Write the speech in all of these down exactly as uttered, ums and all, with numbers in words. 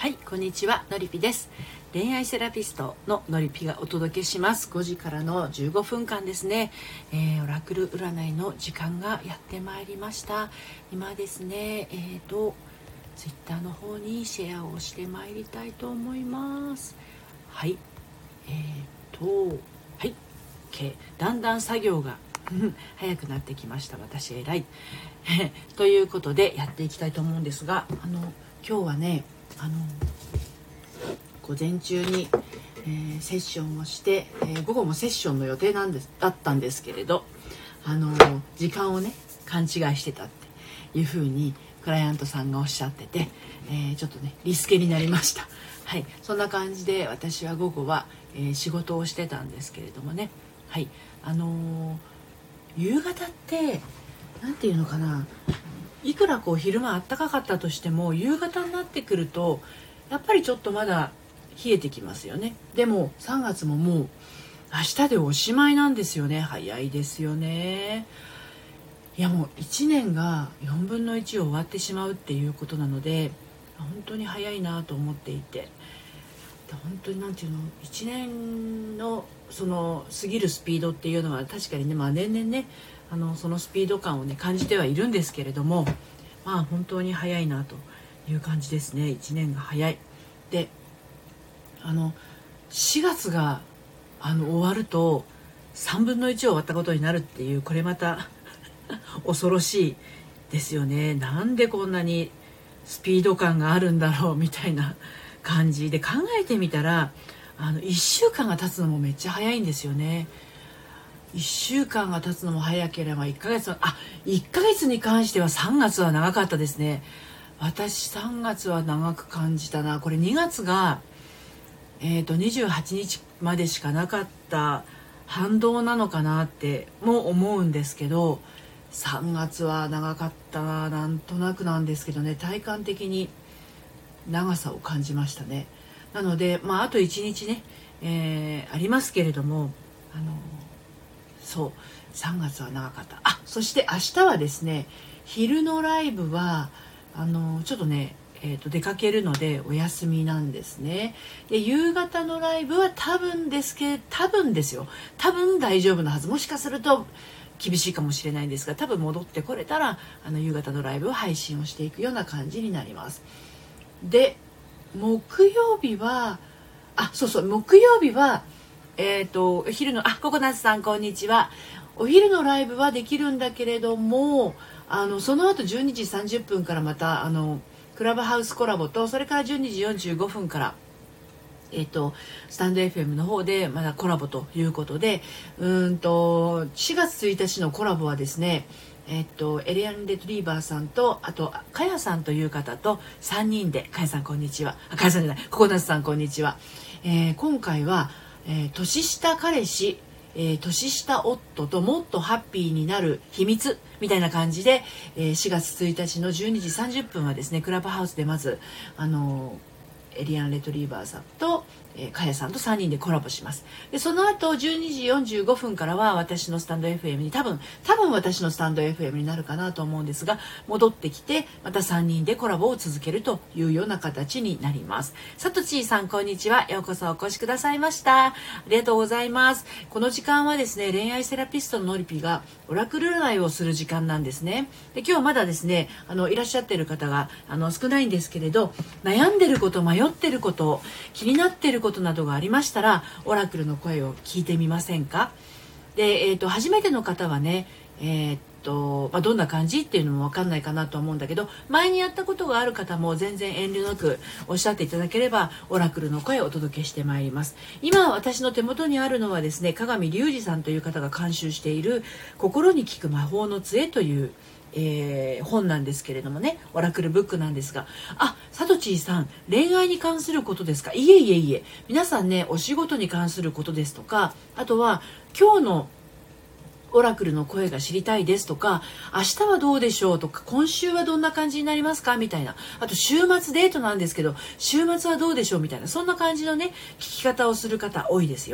はい、こんにちは、のりぴです。恋愛セラピストののりぴがお届けします。ごじからのじゅうごふんかんですね、えー、オラクル占いの時間がやってまいりました。今ですね、えーとツイッターの方にシェアをしてまいりたいと思います。はい、えーとはい、OK、だんだん作業が早くなってきました。私偉いということでやっていきたいと思うんですが、あの今日はね、あの午前中に、えー、セッションをして、えー、午後もセッションの予定なんですだったんですけれど、あの時間をね勘違いしてたっていうふうにクライアントさんがおっしゃってて、えー、ちょっとねリスケになりました。はい、そんな感じで私は午後は、えー、仕事をしてたんですけれどもね、はい、あのー、夕方ってなんていうのかな、いくらこう昼間暖かかったとしても夕方になってくるとやっぱりちょっとまだ冷えてきますよね。でもさんがつももう明日でおしまいなんですよね。早いですよね。いやもういちねんがよんぶんのいちを終わってしまうっていうことなので本当に早いなと思っていて、本当になんていうの、いちねんのその過ぎるスピードっていうのは確かにね、まあ、年々ねあのそのスピード感をね感じてはいるんですけれども、まあ本当に早いなという感じですね。いちねんが早い。で、あのしがつがあの終わるとさんぶんのいちを終わったことになるっていう、これまた恐ろしいですよね。なんでこんなにスピード感があるんだろうみたいな感じで考えてみたら、あのいっしゅうかんが経つのもめっちゃ早いんですよね。いっしゅうかんが経つのも早ければいっかげつは、あ、いっかげつに関してはさんがつは長かったですね。私さんがつは長く感じたな。これにがつが、えーと、にじゅうはちにちまでしかなかった反動なのかなっても思うんですけど、さんがつは長かったな。なんとなくなんですけどね、体感的に長さを感じましたね。なので、まあ、あといちにちね、えー、ありますけれども、あのそうさんがつは長かった。あ、そして明日はですね、昼のライブはあのちょっとね、えー、と出かけるのでお休みなんですね。で、夕方のライブは多分ですけど多分ですよ多分大丈夫なはず。もしかすると厳しいかもしれないんですが、多分戻ってこれたらあの夕方のライブを配信をしていくような感じになります。で、木曜日はあそうそう木曜日はえーと、お昼の、あ、ココナッツさんこんにちは。お昼のライブはできるんだけれども、あのその後じゅうにじさんじゅっぷんからまたあのクラブハウスコラボと、それからじゅうにじよんじゅうごふんからえーとスタンド エフエム の方でまだコラボということで、うーんとしがつついたちのコラボはですね、えっとエリアン・レトリーバーさんと、あとかやさんという方とさんにんで、かやさんこんにちは、あ、かやさんじゃない、ココナッツさんこんにちは。えー、今回はえー、年下彼氏、えー、年下夫ともっとハッピーになる秘密みたいな感じで、えー、しがつついたちのじゅうにじさんじゅっぷんはですね、クラブハウスでまずあのー、エリアン・レトリーバーさんと、えー、かやさんとさんにんでコラボします。で、その後じゅうにじよんじゅうごふんからは私のスタンド エフエム に、多分多分私のスタンド エフエム になるかなと思うんですが、戻ってきてまたさんにんでコラボを続けるというような形になります。さとちーさんこんにちは、ようこそお越しくださいました。ありがとうございます。この時間はですね、恋愛セラピストののりぴがオラクル占いをする時間なんですね。で、今日まだですね、あのいらっしゃっている方があの少ないんですけれど、悩んでること、迷ってること、気になっていることなどがありましたら、オラクルの声を聞いてみませんか。で、えーと、初めての方はね、えーとまあ、どんな感じっていうのも分かんないかなと思うんだけど、前にやったことがある方も全然遠慮なくおっしゃっていただければ、オラクルの声をお届けしてまいります。今私の手元にあるのはですね、鏡隆二さんという方が監修している心に効く魔法の杖というえー、本なんですけれどもね、オラクルブックなんですが、あ、サトチーさん、恋愛に関することですか。いえいえいえ、皆さんね、お仕事に関することですとか、あとは今日のオラクルの声が知りたいですとか、明日はどうでしょうとか、今週はどんな感じになりますかみたいな、あと週末デートなんですけど週末はどうでしょうみたいな、そんな感じのね聞き方をする方多いですよ。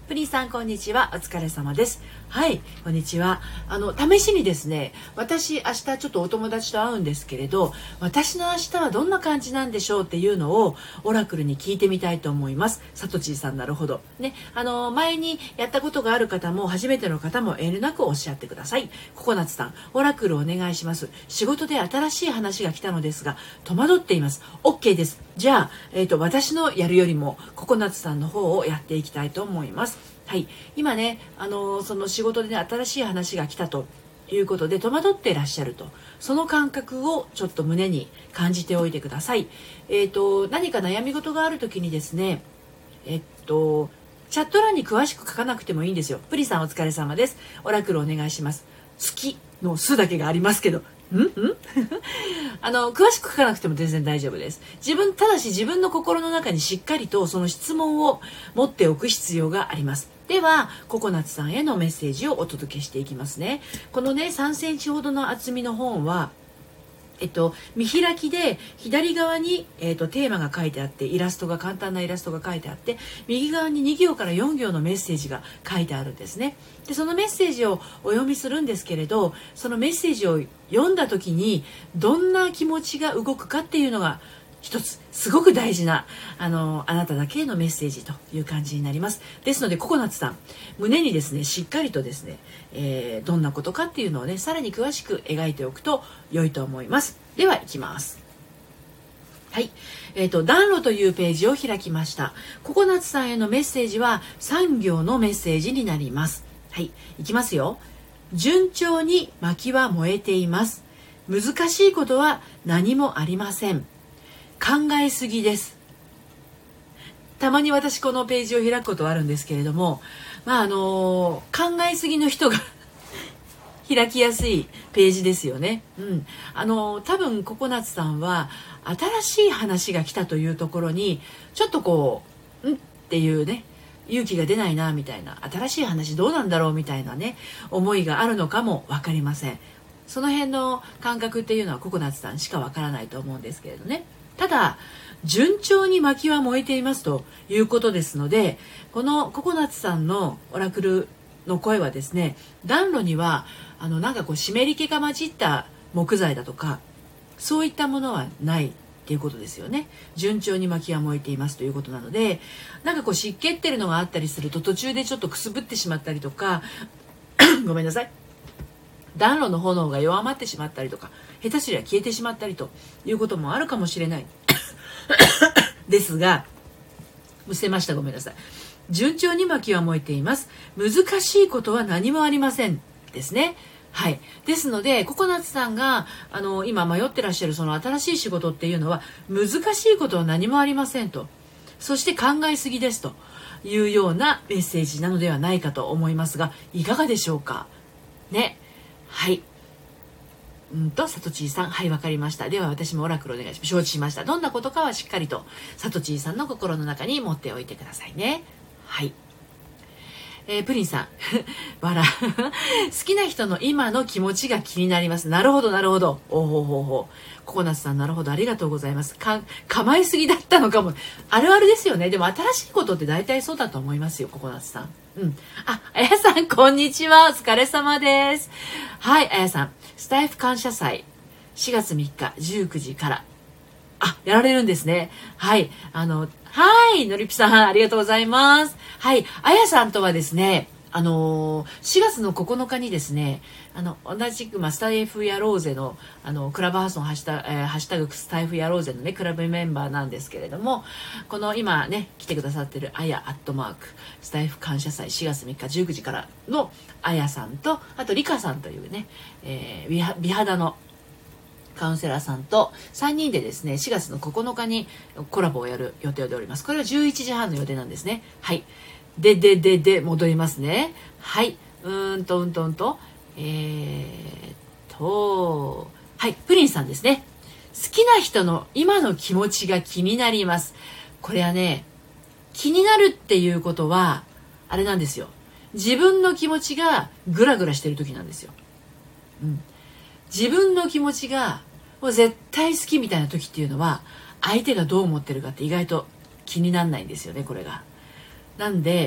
プリンさんこんにちは、お疲れ様です。はい、こんにちは。あの試しにですね、私明日ちょっとお友達と会うんですけれど、私の明日はどんな感じなんでしょうっていうのをオラクルに聞いてみたいと思います。さとちーさん、なるほどね。あの前にやったことがある方も初めての方も遠慮なくおっしゃってください。ココナッツさん、オラクルお願いします。仕事で新しい話が来たのですが戸惑っています。 OK です。じゃあ、えーと、私のやるよりもココナッツさんの方をやっていきたいと思います。はい、今ね、あのその仕事でね、新しい話が来たということで戸惑っていらっしゃると、その感覚をちょっと胸に感じておいてください。えーと、何か悩み事がある時にですね、えっとチャット欄に詳しく書かなくてもいいんですよ。プリさんお疲れ様です。オラクルお願いします。月の数だけがありますけど、んんあの詳しく書かなくても全然大丈夫です。自分ただし自分の心の中にしっかりとその質問を持っておく必要があります。ではココナッツさんへのメッセージをお届けしていきますね。このねさんセンチほどの厚みの本はえっと、見開きで左側に、えっと、テーマが書いてあって、イラストが簡単なイラストが書いてあって、右側にに行からよん行のメッセージが書いてあるんですね。でそのメッセージをお読みするんですけれど、そのメッセージを読んだ時にどんな気持ちが動くかっていうのが一つすごく大事なあのあなただけへのメッセージという感じになります。ですのでココナッツさん、胸にですねしっかりとですね、えー、どんなことかっていうのをねさらに詳しく描いておくと良いと思います。ではいきます。はい、えーと、暖炉というページを開きました。ココナッツさんへのメッセージはさん行のメッセージになります。はい、いきますよ。順調に薪は燃えています。難しいことは何もありません。考えすぎです。たまに私このページを開くことはあるんですけれども、まああの考えすぎの人が開きやすいページですよね。うん、あの多分ココナッツさんは新しい話が来たというところにちょっとこう、んっていうね、勇気が出ないなみたいな、新しい話どうなんだろうみたいなね思いがあるのかも分かりません。その辺の感覚っていうのはココナッツさんしか分からないと思うんですけれどね。ただ順調に薪は燃えていますということですので、このココナッツさんのオラクルの声はですね、暖炉にはあのなんかこう湿り気が混じった木材だとかそういったものはないっていうことですよね。順調に薪は燃えていますということなので、なんかこう湿気ってるのがあったりすると途中でちょっとくすぶってしまったりとかごめんなさい、暖炉の炎が弱まってしまったりとか、下手すりゃ消えてしまったりということもあるかもしれないですが、むせました、ごめんなさい。順調に薪は燃えています。難しいことは何もありませんですね。はい、ですのでココナッツさんがあの今迷ってらっしゃるその新しい仕事っていうのは難しいことは何もありませんと、そして考えすぎですというようなメッセージなのではないかと思いますが、いかがでしょうかね。はい、うんとさとちーさん、はい、わかりました。では私もオラクルお願いします。承知しました。どんなことかはしっかりとさとちーさんの心の中に持っておいてくださいね。はい、えー、プリンさん笑好きな人の今の気持ちが気になります。なるほどなるほど、おほほほ。ココナッツさん、なるほど、ありがとうございます。か構えすぎだったのかも。あるあるですよね。でも新しいことって大体そうだと思いますよ、ココナッツさん。うん。あ、あやさん、こんにちは。お疲れ様です。はい、あやさん。スタイフ感謝祭、しがつみっか、じゅうくじから。あ、やられるんですね。はい。あの、はい。のりぴさん、ありがとうございます。はい。あやさんとはですね、あのー、しがつのここのかにですね、あの、同じく、まあ、スタイフやろうぜの、あの、クラブハウスのハッシュタグ、えー、ハッシュタグスタイフやろうぜのね、クラブメンバーなんですけれども、この今ね、来てくださってるあやアットマーク、スタイフ感謝祭しがつみっかじゅうくじからのあやさんと、あとりかさんというね、えー、美肌のカウンセラーさんとさんにんでですね、しがつのここのかにコラボをやる予定でおります。これはじゅういちじはんの予定なんですね。はい。で、で、で、で、戻りますね。はい。うーんと、うんと、うんと、えーと、はい。プリンさんですね。好きな人の今の気持ちが気になります。これはね、気になるっていうことは、あれなんですよ。自分の気持ちがグラグラしてる時なんですよ。うん。自分の気持ちがもう絶対好きみたいな時っていうのは相手がどう思ってるかって意外と気にならないんですよね、これが。なんで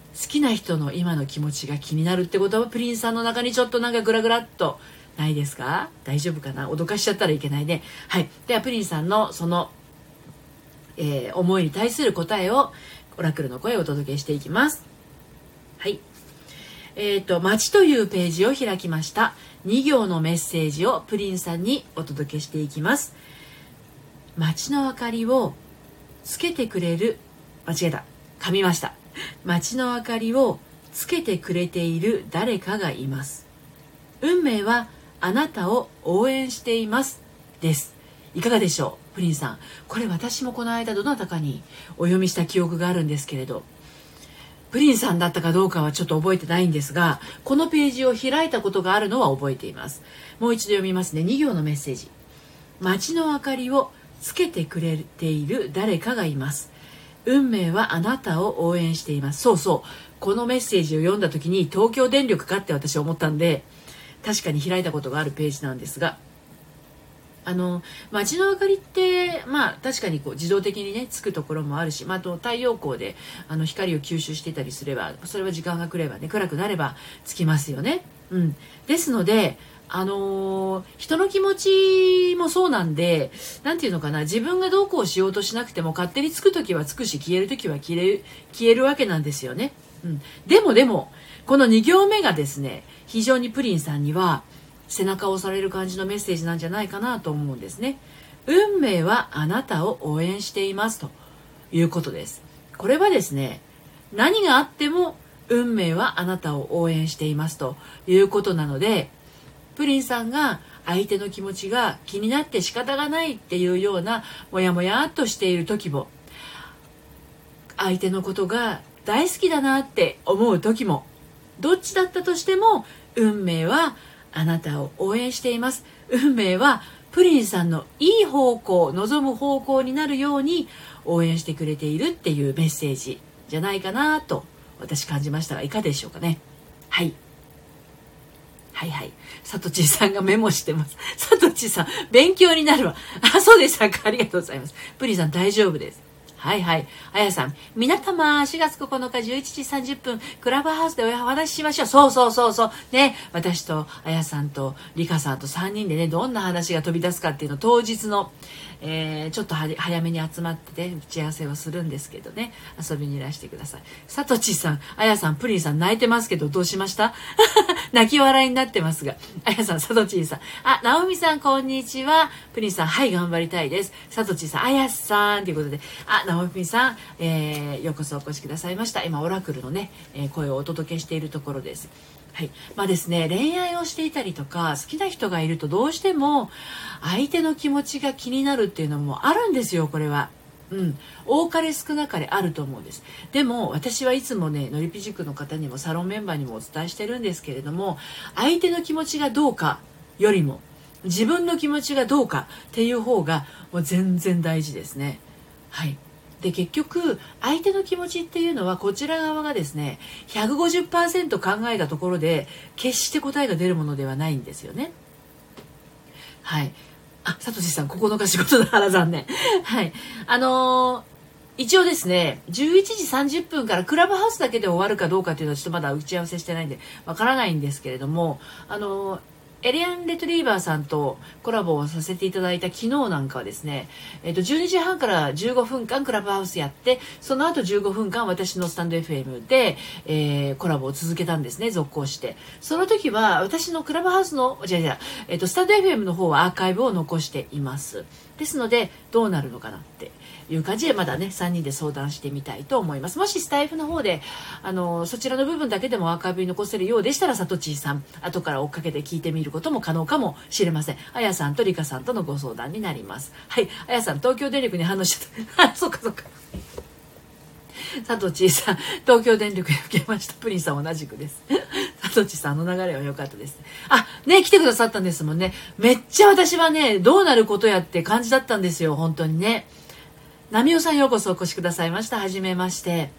好きな人の今の気持ちが気になるってことは、プリンさんの中にちょっとなんかグラグラっとないですか？大丈夫かな？脅かしちゃったらいけないね。はい。ではプリンさんのその、えー、思いに対する答えをオラクルの声をお届けしていきます。はい。えっと、街というページを開きました。に行のメッセージをプリンさんにお届けしていきます。街の明かりをつけてくれる、間違えた。噛みました。街の明かりをつけてくれている誰かがいます。運命はあなたを応援していますです。いかがでしょう、プリンさん。これ私もこの間どなたかにお読みした記憶があるんですけれど、プリンさんだったかどうかはちょっと覚えてないんですが、このページを開いたことがあるのは覚えています。もう一度読みますね。に行のメッセージ。街の明かりをつけてくれている誰かがいます。運命はあなたを応援しています。そうそう。このメッセージを読んだ時に東京電力かって私は思ったんで、確かに開いたことがあるページなんですが、あの街の明かりってまあ確かにこう自動的にねつくところもあるし、まあ、あと太陽光であの光を吸収していたりすれば、それは時間が来ればね暗くなればつきますよね。うん、ですのであのー、人の気持ちもそうなんで、なんていうのかな、自分がどうこうしようとしなくても勝手につく時はつくし、消える時は消える消えるわけなんですよね。うん、でもでもこのに行目がですね、非常にプリンさんには背中を押される感じのメッセージなんじゃないかなと思うんですね。運命はあなたを応援していますということです。これはですね、何があっても運命はあなたを応援していますということなので、プリンさんが相手の気持ちが気になって仕方がないっていうようなモヤモヤっとしている時も、相手のことが大好きだなって思う時も、どっちだったとしても運命はあなたを応援しています。運命はプリンさんのいい方向、望む方向になるように応援してくれているっていうメッセージじゃないかなと私感じましたが、いかがでしょうかね。はい。はいはい。さとちさんがメモしてます。さとちさん、勉強になるわ。あ、そうでしたか。ありがとうございます。プリンさん大丈夫です。はいはい。あやさん、みなたましがつここのかじゅういちじさんじゅっぷん、クラブハウスでお話ししましょう。そうそうそうそう。ね、私とあやさんとりかさんとさんにんでね、どんな話が飛び出すかっていうのを当日の、えー、ちょっとは早めに集まってね、打ち合わせをするんですけどね、遊びにいらしてください。さとちさん、あやさん、プリンさん泣いてますけどどうしました？泣き笑いになってますが、あやさん、さとちさん、あ、なおみさんこんにちは。プリンさん、はい頑張りたいです。さとちさん、あやさんということで、あ、なおみさん、えー、ようこそお越しくださいました。今オラクルのね、えー、声をお届けしているところです。はい、まあですね、恋愛をしていたりとか好きな人がいるとどうしても相手の気持ちが気になるっていうのもあるんですよ。これは、うん、多かれ少なかれあると思うんです。でも私はいつもね、のりぴ塾の方にもサロンメンバーにもお伝えしてるんですけれども、相手の気持ちがどうかよりも自分の気持ちがどうかっていう方がもう全然大事ですね。はい。で結局相手の気持ちっていうのはこちら側がですね ひゃくごじゅっパーセント 考えたところで決して答えが出るものではないんですよね。はい。あ、さとしさんここのか仕事だから残念。はい。あのー、一応ですねじゅういちじさんじゅっぷんからクラブハウスだけで終わるかどうかっていうのはちょっとまだ打ち合わせしてないんでわからないんですけれども、あのーエリアン・レトリーバーさんとコラボをさせていただいた昨日なんかはですね、えー、とじゅうにじはんからじゅうごふんかんクラブハウスやって、その後じゅうごふんかん私のスタンド エフエム で、えー、コラボを続けたんですね、続行して。その時は私のクラブハウスのじゃあじゃあ、えー、とスタンド エフエム の方はアーカイブを残しています。ですのでどうなるのかなっていう感じでまだねさんにんで相談してみたいと思います。もしスタイフの方であのそちらの部分だけでもアーカイブに残せるようでしたら、さとちーさん後から追っかけて聞いてみることも可能かもしれません。あやさんとりかさんとのご相談になります。はい、あやさん東京電力に反応しちゃったそうかそうか。さとちーさん東京電力に受けました。プリンさん同じくです。さとちさんの流れは良かったです。あ、ね、来てくださったんですもんね。めっちゃ私はねどうなることやって感じだったんですよ、本当にね。なみおさんようこそお越しくださいました。はじめまして。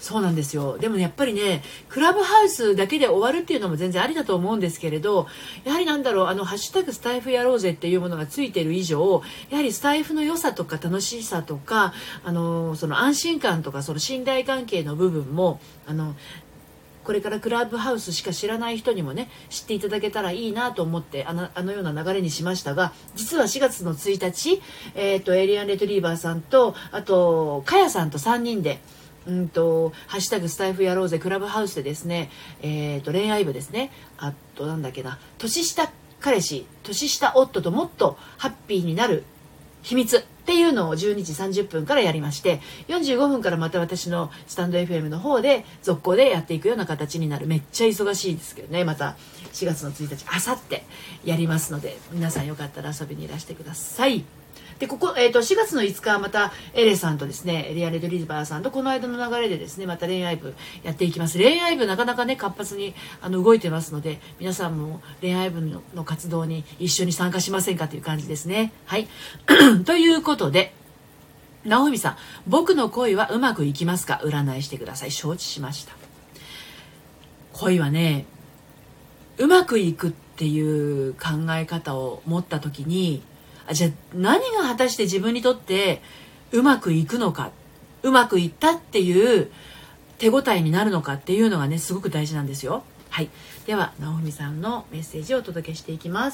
そうなんですよ。でもね、やっぱりね、クラブハウスだけで終わるっていうのも全然ありだと思うんですけれど、やはりなんだろう、あの、ハッシュタグスタイフやろうぜっていうものがついてる以上、やはりスタイフの良さとか楽しさとか、あの、その安心感とか、その信頼関係の部分も、あの、これからクラブハウスしか知らない人にもね、知っていただけたらいいなと思って、あの、あのような流れにしましたが、実はしがつのついたち、えっと、エイリアンレトリーバーさんと、あと、かやさんとさんにんで、うんとハッシュタグスタイフやろうぜクラブハウスでですね、えー、と恋愛部ですね、あとなんだっけな、年下彼氏年下夫ともっとハッピーになる秘密っていうのをじゅうにじさんじゅっぷんからやりまして、よんじゅうごふんからまた私のスタンド エフエム の方で続行でやっていくような形になる。めっちゃ忙しいですけどね、またしがつのついたちあさってやりますので、皆さんよかったら遊びにいらしてください。でここ、えー、としがつのいつかはまたエレさんとですね、リアルドリーバーさんとこの間の流れでですね、また恋愛部やっていきます。恋愛部なかなかね活発にあの動いてますので、皆さんも恋愛部 の, の活動に一緒に参加しませんかという感じですね。はいということで、直文さん、僕の恋はうまくいきますか、占いしてください。承知しました。恋はね、うまくいくっていう考え方を持った時に、あ、じゃあ何が果たして自分にとってうまくいくのか、うまくいったっていう手応えになるのかっていうのがね、すごく大事なんですよ。はい、では直文さんのメッセージをお届けしていきます。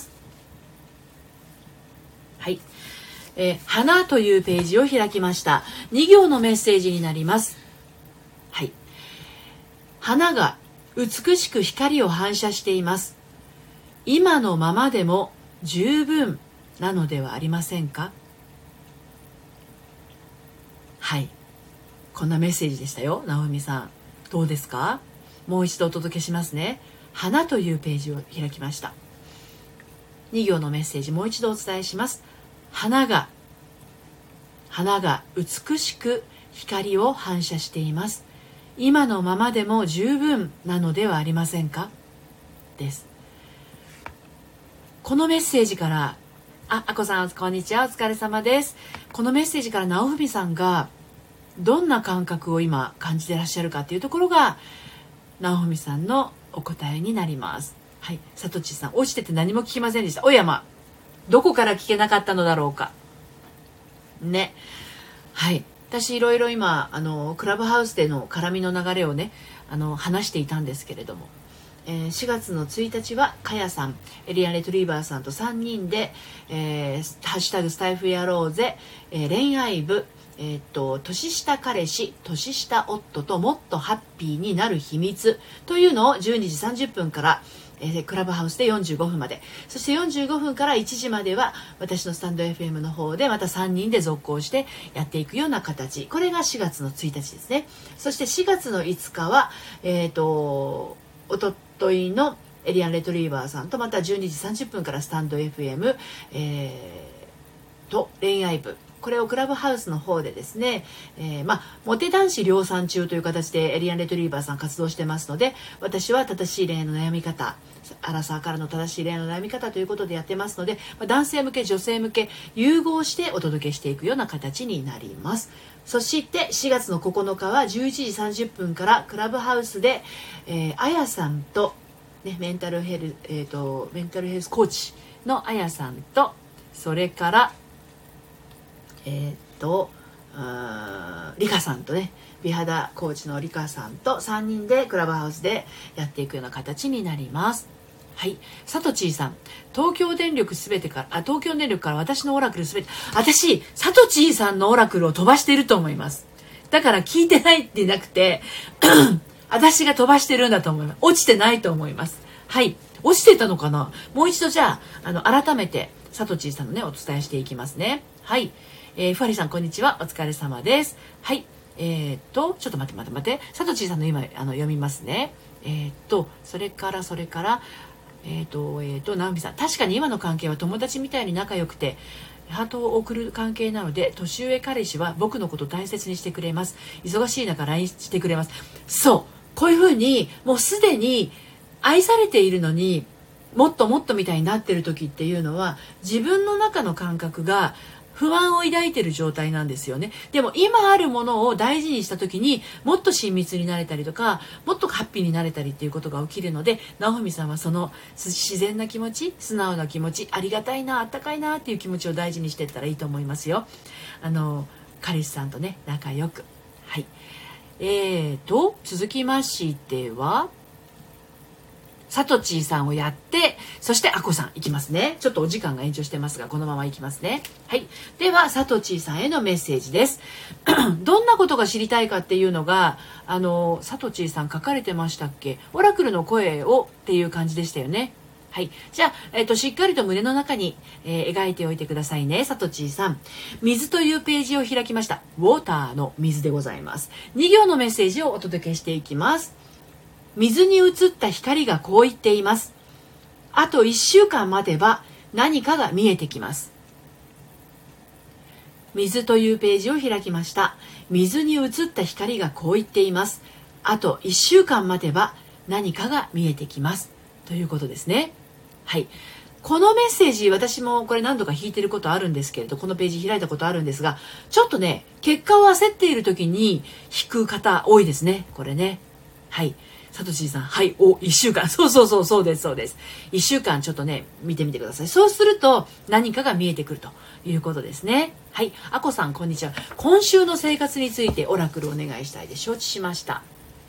はい、えー、花というページを開きました。に行のメッセージになります。はい、花が美しく光を反射しています。今のままでも十分なのではありませんか。はい、こんなメッセージでしたよ。直美さん、どうですか。もう一度お届けしますね。花というページを開きました。に行のメッセージもう一度お伝えします。花が花が美しく光を反射しています。今のままでも十分なのではありませんかです。このメッセージから、あ、あこさんこんにちは、お疲れ様です。このメッセージから直文さんがどんな感覚を今感じてらっしゃるかっていうところが直文さんのお答えになります。はい、さとちさん、落ちてて何も聞きませんでした。おやま、どこから聞けなかったのだろうかね。はい、私いろいろ今あのクラブハウスでの絡みの流れをね、あの話していたんですけれども、えー、しがつのついたちはかやさん、エリアンレトリーバーさんとさんにんで、えー、ハッシュタグスタイフやろうぜ、えー、恋愛部、えー、っと年下彼氏年下夫ともっとハッピーになる秘密というのをじゅうにじさんじゅっぷんから、えー、クラブハウスでよんじゅうごふんまで、そしてよんじゅうごふんからいちじまでは私のスタンド エフエム の方でまたさんにんで続行してやっていくような形、これがしがつのついたちですね。そしてしがつのいつかは、えー、っとおとといのエリアンレトリーバーさんとまたじゅうにじさんじゅっぷんからスタンド エフエム、えー、と恋愛部、これをクラブハウスの方でですね、えー、まあモテ男子量産中という形でエリアンレトリーバーさん活動してますので、私は正しい恋愛の悩み方、アラサーからの正しい恋愛の悩み方ということでやってますので、まあ、男性向け女性向け融合してお届けしていくような形になります。そしてしがつのここのかはじゅういちじさんじゅっぷんからクラブハウスで、えー、あやさんと、ね、メンタルヘル、えーと、メンタルヘルスコーチのあやさんと、それからえー、っとリカさんとね、美肌コーチのリカさんとさんにんでクラブハウスでやっていくような形になります。はい、さとちーさん、東京電力すべてからあ東京電力から私のオラクルすべて、私さとちーさんのオラクルを飛ばしていると思います。だから聞いてないってなくて私が飛ばしてるんだと思います。落ちてないと思います。はい、落ちてたのかな。もう一度じゃあ、あの改めてさとちーさんのねお伝えしていきますね。はい、えー、ふわりさんこんにちは、お疲れ様です。はい、えー、っとちょっと待って待って待ってさとちーさんの今あの読みますね。えー、っとそれからそれからえー、っとえー、っと直美さん、確かに今の関係は友達みたいに仲良くてハートを送る関係なので、年上彼氏は僕のことを大切にしてくれます。忙しい中 ライン してくれます。そう、こういうふうにもうすでに愛されているのにもっともっとみたいになってる時っていうのは、自分の中の感覚が不安を抱いている状態なんですよね。でも今あるものを大事にした時にもっと親密になれたりとか、もっとハッピーになれたりっていうことが起きるので、直文さんはその自然な気持ち、素直な気持ち、ありがたいな、あったかいなっていう気持ちを大事にしていったらいいと思いますよ。あの彼氏さんとね、仲良く。はい。えーと続きましてはさとちーさんをやって、そしてあこさんいきますね。ちょっとお時間が延長してますが、このままいきますね。はい。では、さとちーさんへのメッセージです。どんなことが知りたいかっていうのが、あの、さとちーさん書かれてましたっけ？オラクルの声をっていう感じでしたよね。はい。じゃあ、えっと、しっかりと胸の中に、えー、描いておいてくださいね。さとちーさん。水というページを開きました。ウォーターの水でございます。に行のメッセージをお届けしていきます。水に映った光がこう言っています。あといっしゅうかん待てば何かが見えてきます。水というページを開きました。水に映った光がこう言っています。あといっしゅうかん待てば何かが見えてきます。ということですね。はい。このメッセージ、私もこれ何度か引いてることあるんですけれど、このページ開いたことあるんですが、ちょっとね、結果を焦っている時に引く方多いですね。これね。はい。さとしーさん、はい、お、いっしゅうかん。そうそうそう、そうです、そうです。いっしゅうかんちょっとね、見てみてください。そうすると、何かが見えてくるということですね。はい。あこさん、こんにちは。今週の生活についてオラクルお願いしたいで承知しました。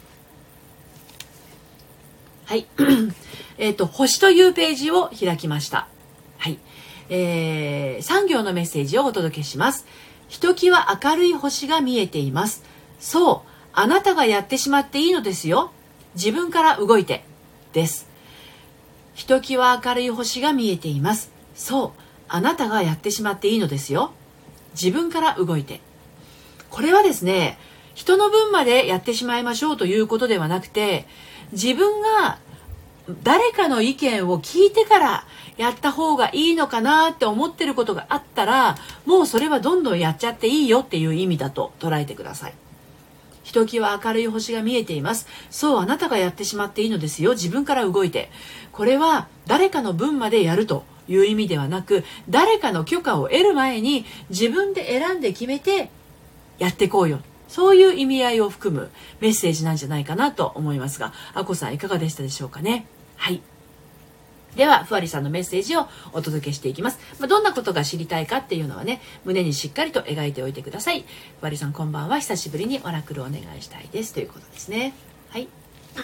はい。えっと、星というページを開きました。はい。えー、さん行のメッセージをお届けします。ひときわ明るい星が見えています。そう、あなたがやってしまっていいのですよ。自分から動いてです。ひときわ明るい星が見えています。そう、あなたがやってしまっていいのですよ。自分から動いて。これはですね、人の分までやってしまいましょうということではなくて、自分が誰かの意見を聞いてからやった方がいいのかなって思ってることがあったら、もうそれはどんどんやっちゃっていいよっていう意味だと捉えてください。ひときわ明るい星が見えています。そう、あなたがやってしまっていいのですよ。自分から動いて。これは誰かの分までやるという意味ではなく、誰かの許可を得る前に自分で選んで決めてやっていこうよ。そういう意味合いを含むメッセージなんじゃないかなと思いますが、あこさんいかがでしたでしょうかね。はい。では、ふわりさんのメッセージをお届けしていきます。まあ、どんなことが知りたいかっていうのはね、胸にしっかりと描いておいてください。ふわりさんこんばんは。久しぶりにオラクルをお願いしたいです。ということですね。はい。よ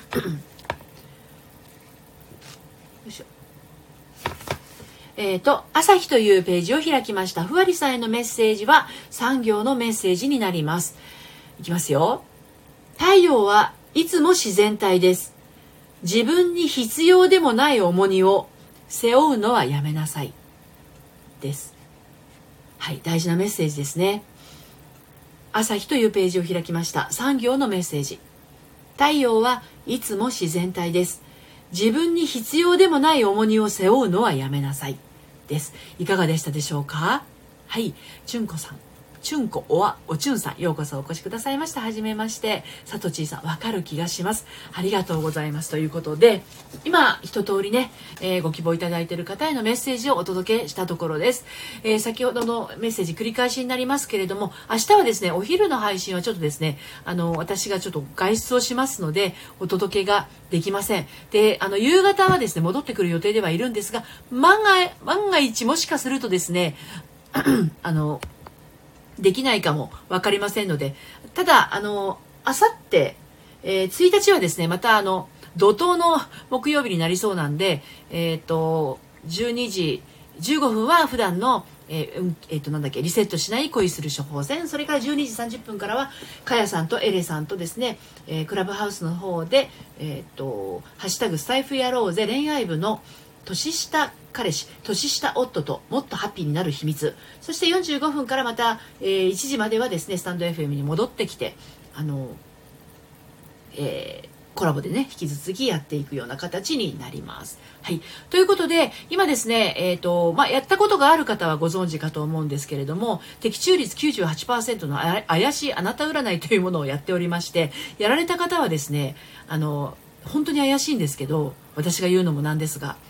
いしょ。えっと、朝日というページを開きました。ふわりさんへのメッセージはさん行のメッセージになります。いきますよ。太陽はいつも自然体です。自分に必要でもない重荷を背負うのはやめなさいです。はい、大事なメッセージですね。朝日というページを開きました。さん行のメッセージ。太陽はいつも自然体です。自分に必要でもない重荷を背負うのはやめなさいです。いかがでしたでしょうか。はい、ちゅんこさん。チュンコおわおちゅんさん、ようこそお越しくださいました。はじめまして。さとちーさん、わかる気がします。ありがとうございます。ということで、今一通りね、えー、ご希望いただいている方へのメッセージをお届けしたところです。えー、先ほどのメッセージ繰り返しになりますけれども、明日はですね、お昼の配信はちょっとですね、あの私がちょっと外出をしますのでお届けができません。で、あの夕方はですね、戻ってくる予定ではいるんですが、万が万が一もしかするとですね、あのできないかも分かりませんので、ただあのあさって、えー、ついたちはですね、またあの怒涛の木曜日になりそうなんで、えっとじゅうにじじゅうごふんは普段のえーうんえー、となんだっけリセットしない恋する処方箋、それからじゅうにじさんじゅっぷんからはかやさんとエレさんとですね、えー、クラブハウスの方で、えー、とハッシュタグスタイフやろうぜ恋愛部の年下彼氏年下夫ともっとハッピーになる秘密、そしてよんじゅうごふんからまた、えー、いちじまではですねスタンド エフエム に戻ってきて、あの、えーコラボでね引き続きやっていくような形になります。はい、ということで今ですね、えーとまあ、やったことがある方はご存知かと思うんですけれども、的中率 きゅうじゅうはちパーセント のあ怪しいあなた占いというものをやっておりまして、やられた方はですね、あの本当に怪しいんですけど、私が言うのもなんですが、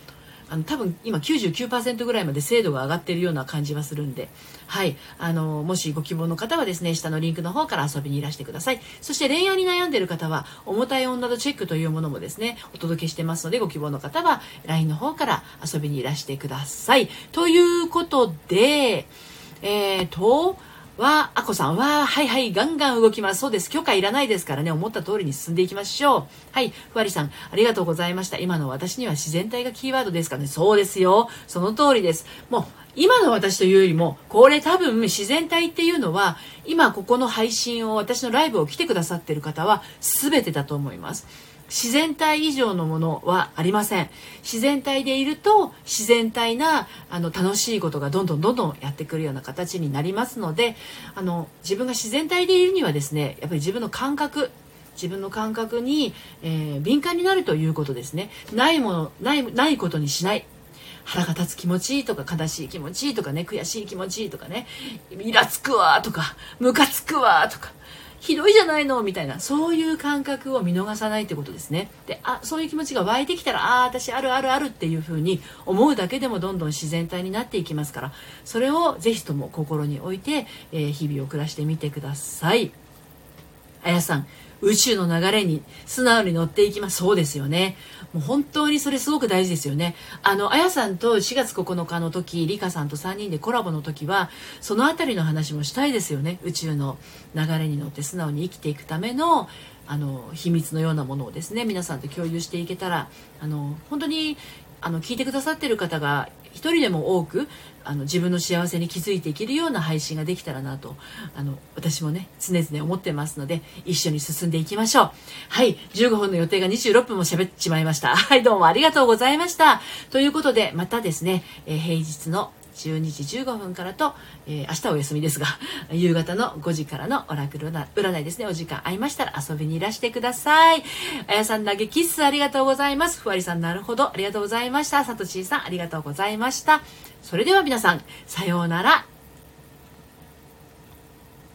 あの多分今 きゅうじゅうきゅうパーセント ぐらいまで精度が上がっているような感じはするんで、はい、あのもしご希望の方はですね、下のリンクの方から遊びにいらしてください。そして恋愛に悩んでいる方は重たい女のチェックというものもですねお届けしてますので、ご希望の方は ライン の方から遊びにいらしてください。ということで、えーとわあこさんは、はいはい、ガンガン動きます。そうです。許可いらないですからね、思った通りに進んでいきましょう。はい、ふわりさん、ありがとうございました。今の私には自然体がキーワードですかね。そうですよ。その通りです。もう、今の私というよりも、これ多分自然体っていうのは、今ここの配信を、私のライブを来てくださっている方は、全てだと思います。自然体以上のものはありません。自然体でいると自然体なあの楽しいことがどんどんどんどんやってくるような形になりますので、あの自分が自然体でいるにはですね、やっぱり自分の感覚自分の感覚に、えー、敏感になるということですね。ないものないないことにしない。腹が立つ気持ちいいとか、悲しい気持ちいいとかね、悔しい気持ちいいとかね、イラつくわとか、ムカつくわとか、ひどいじゃないのみたいな、そういう感覚を見逃さないってことですね。で、あ、そういう気持ちが湧いてきたら、ああ私あるあるあるっていう風に思うだけでもどんどん自然体になっていきますから、それをぜひとも心に置いて、えー、日々を暮らしてみてください。あやさん、宇宙の流れに素直に乗っていきます。そうですよね。もう本当にそれすごく大事ですよね。あの、あやさんとしがつここのかの時、りかさんとさんにんでコラボの時は、そのあたりの話もしたいですよね。宇宙の流れに乗って素直に生きていくための、あの、秘密のようなものをですね、皆さんと共有していけたら、あの、本当に、あの聞いてくださってる方が一人でも多くあの自分の幸せに気づいていけるような配信ができたらなと、あの私もね常々思ってますので、一緒に進んでいきましょう。はい、じゅうごふんの予定がにじゅうろっぷんも喋ってしまいました。はい、どうもありがとうございました。ということでまたですね、えー、平日のじゅうにじじゅうごふんからと、えー、明日はお休みですが、夕方のごじからのオラクル占いですね。お時間合いましたら遊びにいらしてください。あやさん投げキッスありがとうございます。ふわりさんなるほどありがとうございました。さとしーさんありがとうございました。それでは皆さんさようなら。